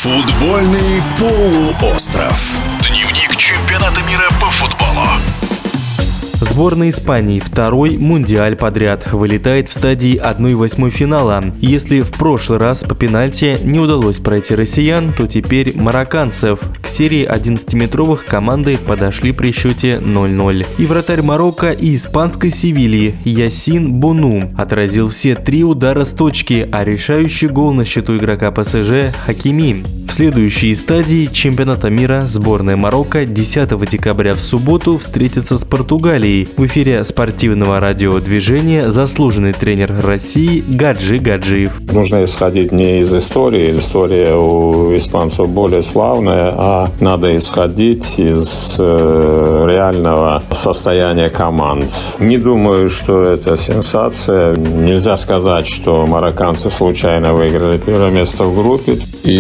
Футбольный полуостров. Дневник чемпионата мира по футболу. Сборная Испании второй мундиаль подряд вылетает в стадии 1/8 финала. Если в прошлый раз по пенальти не удалось пройти россиян, то теперь марокканцев. К серии 11-метровых команды подошли при счете 0-0. И вратарь Марокко и испанской Севильи Ясин Бону отразил все 3 удара с точки, а решающий гол на счету игрока ПСЖ Хакими. В следующей стадии чемпионата мира сборная Марокко 10 декабря в субботу встретится с Португалией. В эфире спортивного радиодвижения заслуженный тренер России Гаджи Гаджиев. Нужно исходить не из истории. История у испанцев более славная, а надо исходить из реального состояния команд. Не думаю, что это сенсация. Нельзя сказать, что марокканцы случайно выиграли первое место в группе.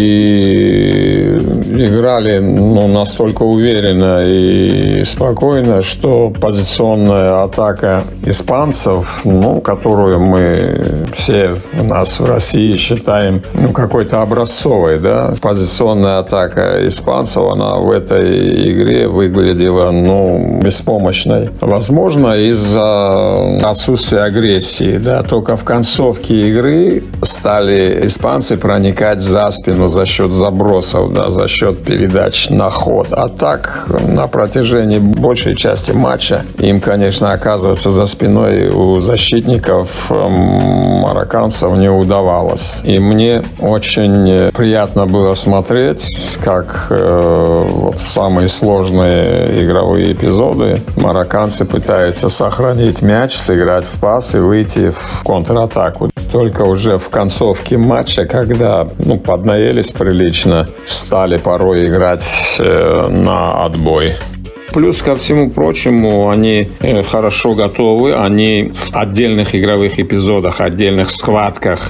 И играли настолько уверенно и спокойно, что позиционная атака испанцев, которую мы все у нас в России считаем какой-то образцовой, да, позиционная атака испанцев, она в этой игре выглядела беспомощной. Возможно, из-за отсутствия агрессии, да, только в концовке игры стали испанцы проникать за спину за счет забросов, да, за счет передач на ход. А так, на протяжении большей части матча им, конечно, оказываться за спиной у защитников марокканцев не удавалось. И мне очень приятно было смотреть, как в самые сложные игровые эпизоды марокканцы пытаются сохранить мяч, сыграть в пас и выйти в контратаку. Только уже в концовке матча, когда поднаелись прилично, стали порой играть на отбой. Плюс ко всему прочему, они хорошо готовы, они в отдельных игровых эпизодах, отдельных схватках,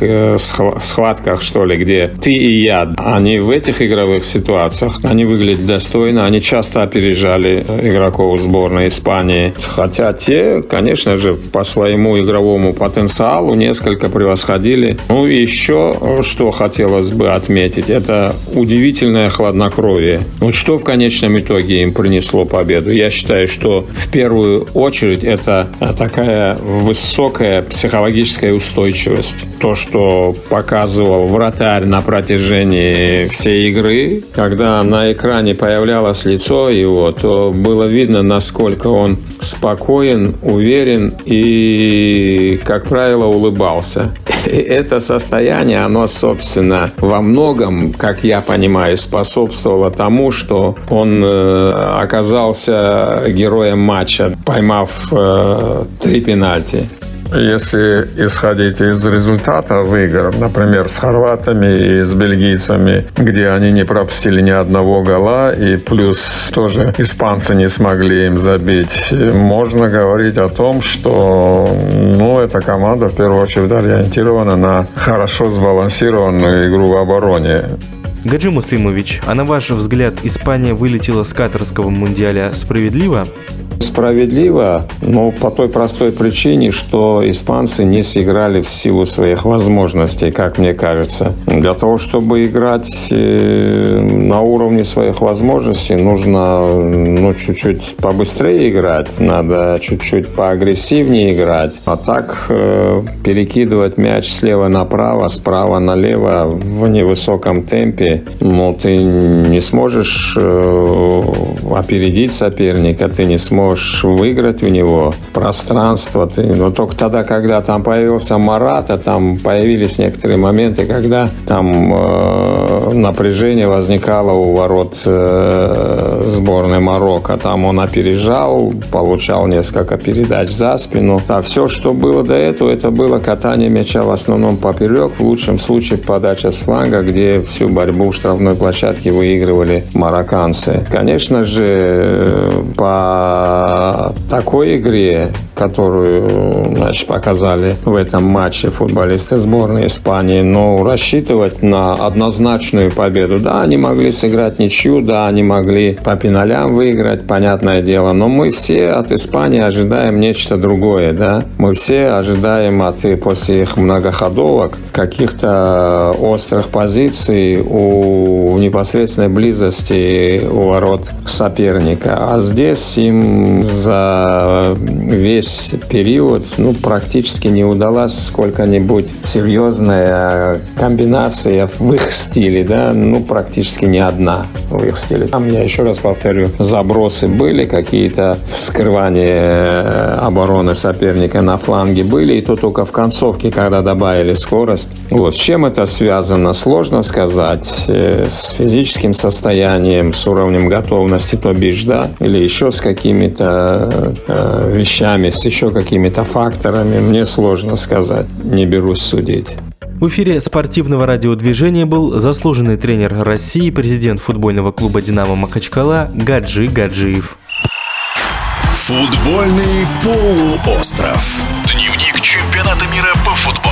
что ли, где ты и я, они в этих игровых ситуациях, они выглядят достойно, они часто опережали игроков сборной Испании. Хотя те, конечно же, по своему игровому потенциалу несколько превосходили. И еще, что хотелось бы отметить, это удивительное хладнокровие. Что в конечном итоге им принесло победу? Я считаю, что в первую очередь это такая высокая психологическая устойчивость. То, что показывал вратарь на протяжении всей игры, когда на экране появлялось лицо его, то было видно, насколько он спокоен, уверен и, как правило, улыбался. И это состояние, оно, собственно, во многом, как я понимаю, способствовало тому, что он оказался героем матча, поймав 3 пенальти. Если исходить из результатов игр, например, с хорватами и с бельгийцами, где они не пропустили ни одного гола, и плюс тоже испанцы не смогли им забить, можно говорить о том, что эта команда в первую очередь ориентирована на хорошо сбалансированную игру в обороне. Гаджи Муслимович, а на ваш взгляд, Испания вылетела с катарского мундиаля справедливо? Справедливо, но по той простой причине, что испанцы не сыграли в силу своих возможностей, как мне кажется. Для того, чтобы играть на уровне своих возможностей, нужно чуть-чуть побыстрее играть, надо чуть-чуть поагрессивнее играть. А так перекидывать мяч слева направо, справа налево в невысоком темпе, ты не сможешь опередить соперника, ты не сможешь выиграть у него пространство. Но только тогда, когда там появился Мората, там появились некоторые моменты, когда там напряжение возникало у ворот сборной Марокко. Там он опережал, получал несколько передач за спину. А все, что было до этого, это было катание мяча в основном поперек, в лучшем случае подача с фланга, где всю борьбу в штрафной площадке выигрывали марокканцы. Конечно же, по такой игре которую, значит, показали в этом матче футболисты сборной Испании. Но рассчитывать на однозначную победу, да, они могли сыграть ничью, да, они могли по пеналям выиграть, понятное дело. Но мы все от Испании ожидаем нечто другое, да. Мы все ожидаем после их многоходовок каких-то острых позиций у непосредственной близости у ворот соперника. А здесь им за весь период практически не удалась сколько-нибудь серьезная комбинация в их стиле, да, практически ни одна в их стиле. Там, я еще раз повторю, забросы были, какие-то вскрывания обороны соперника на фланге были, и то только в концовке, когда добавили скорость. Вот. С чем это связано, сложно сказать. С физическим состоянием, с уровнем готовности, то бишь, да, или еще с какими-то вещами, с еще какими-то факторами, мне сложно сказать, не берусь судить. В эфире спортивного радиодвижения был заслуженный тренер России, президент футбольного клуба «Динамо» Махачкала Гаджи Гаджиев. Футбольный полуостров. Дневник чемпионата мира по футболу.